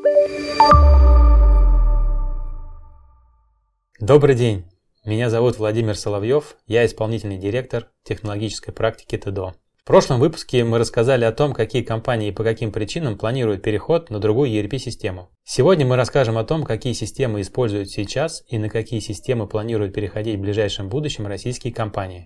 Добрый день, меня зовут Владимир Соловьев, я исполнительный директор технологической практики ТДО. В прошлом выпуске мы рассказали о том, какие компании и по каким причинам планируют переход на другую ERP-систему. Сегодня мы расскажем о том, какие системы используют сейчас и на какие системы планируют переходить в ближайшем будущем российские компании.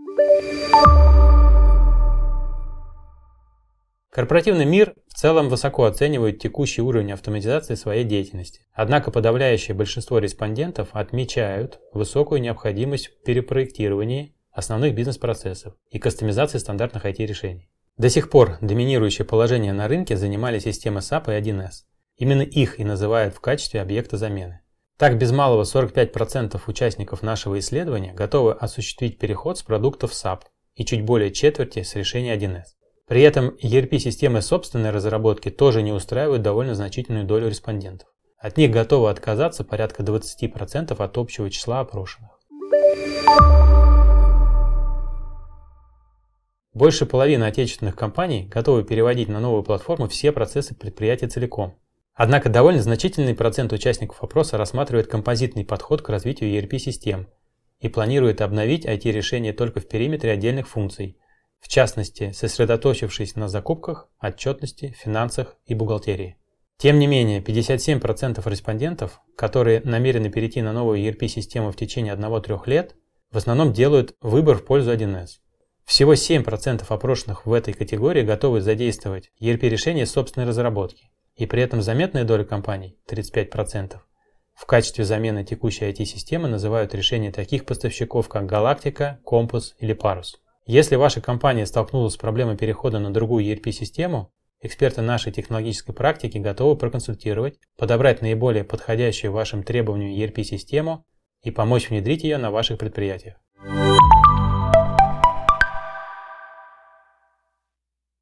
Корпоративный мир в целом высоко оценивает текущий уровень автоматизации своей деятельности. Однако подавляющее большинство респондентов отмечают высокую необходимость в перепроектировании основных бизнес-процессов и кастомизации стандартных IT-решений. До сих пор доминирующее положение на рынке занимали системы SAP и 1С. Именно их и называют в качестве объекта замены. Так, без малого 45% участников нашего исследования готовы осуществить переход с продуктов SAP и чуть более четверти с решения 1С. При этом ERP-системы собственной разработки тоже не устраивают довольно значительную долю респондентов. От них готовы отказаться порядка 20% от общего числа опрошенных. Больше половины отечественных компаний готовы переводить на новую платформу все процессы предприятия целиком. Однако довольно значительный процент участников опроса рассматривает композитный подход к развитию ERP-систем и планирует обновить IT-решения только в периметре отдельных функций, в частности, сосредоточившись на закупках, отчетности, финансах и бухгалтерии. Тем не менее, 57% респондентов, которые намерены перейти на новую ERP-систему в течение 1-3 лет, в основном делают выбор в пользу 1С. Всего 7% опрошенных в этой категории готовы задействовать ERP-решения собственной разработки, и при этом заметная доля компаний, 35%, в качестве замены текущей IT-системы называют решения таких поставщиков, как Галактика, Компас или Парус. Если ваша компания столкнулась с проблемой перехода на другую ERP-систему, эксперты нашей технологической практики готовы проконсультировать, подобрать наиболее подходящую вашим требованиям ERP-систему и помочь внедрить ее на ваших предприятиях.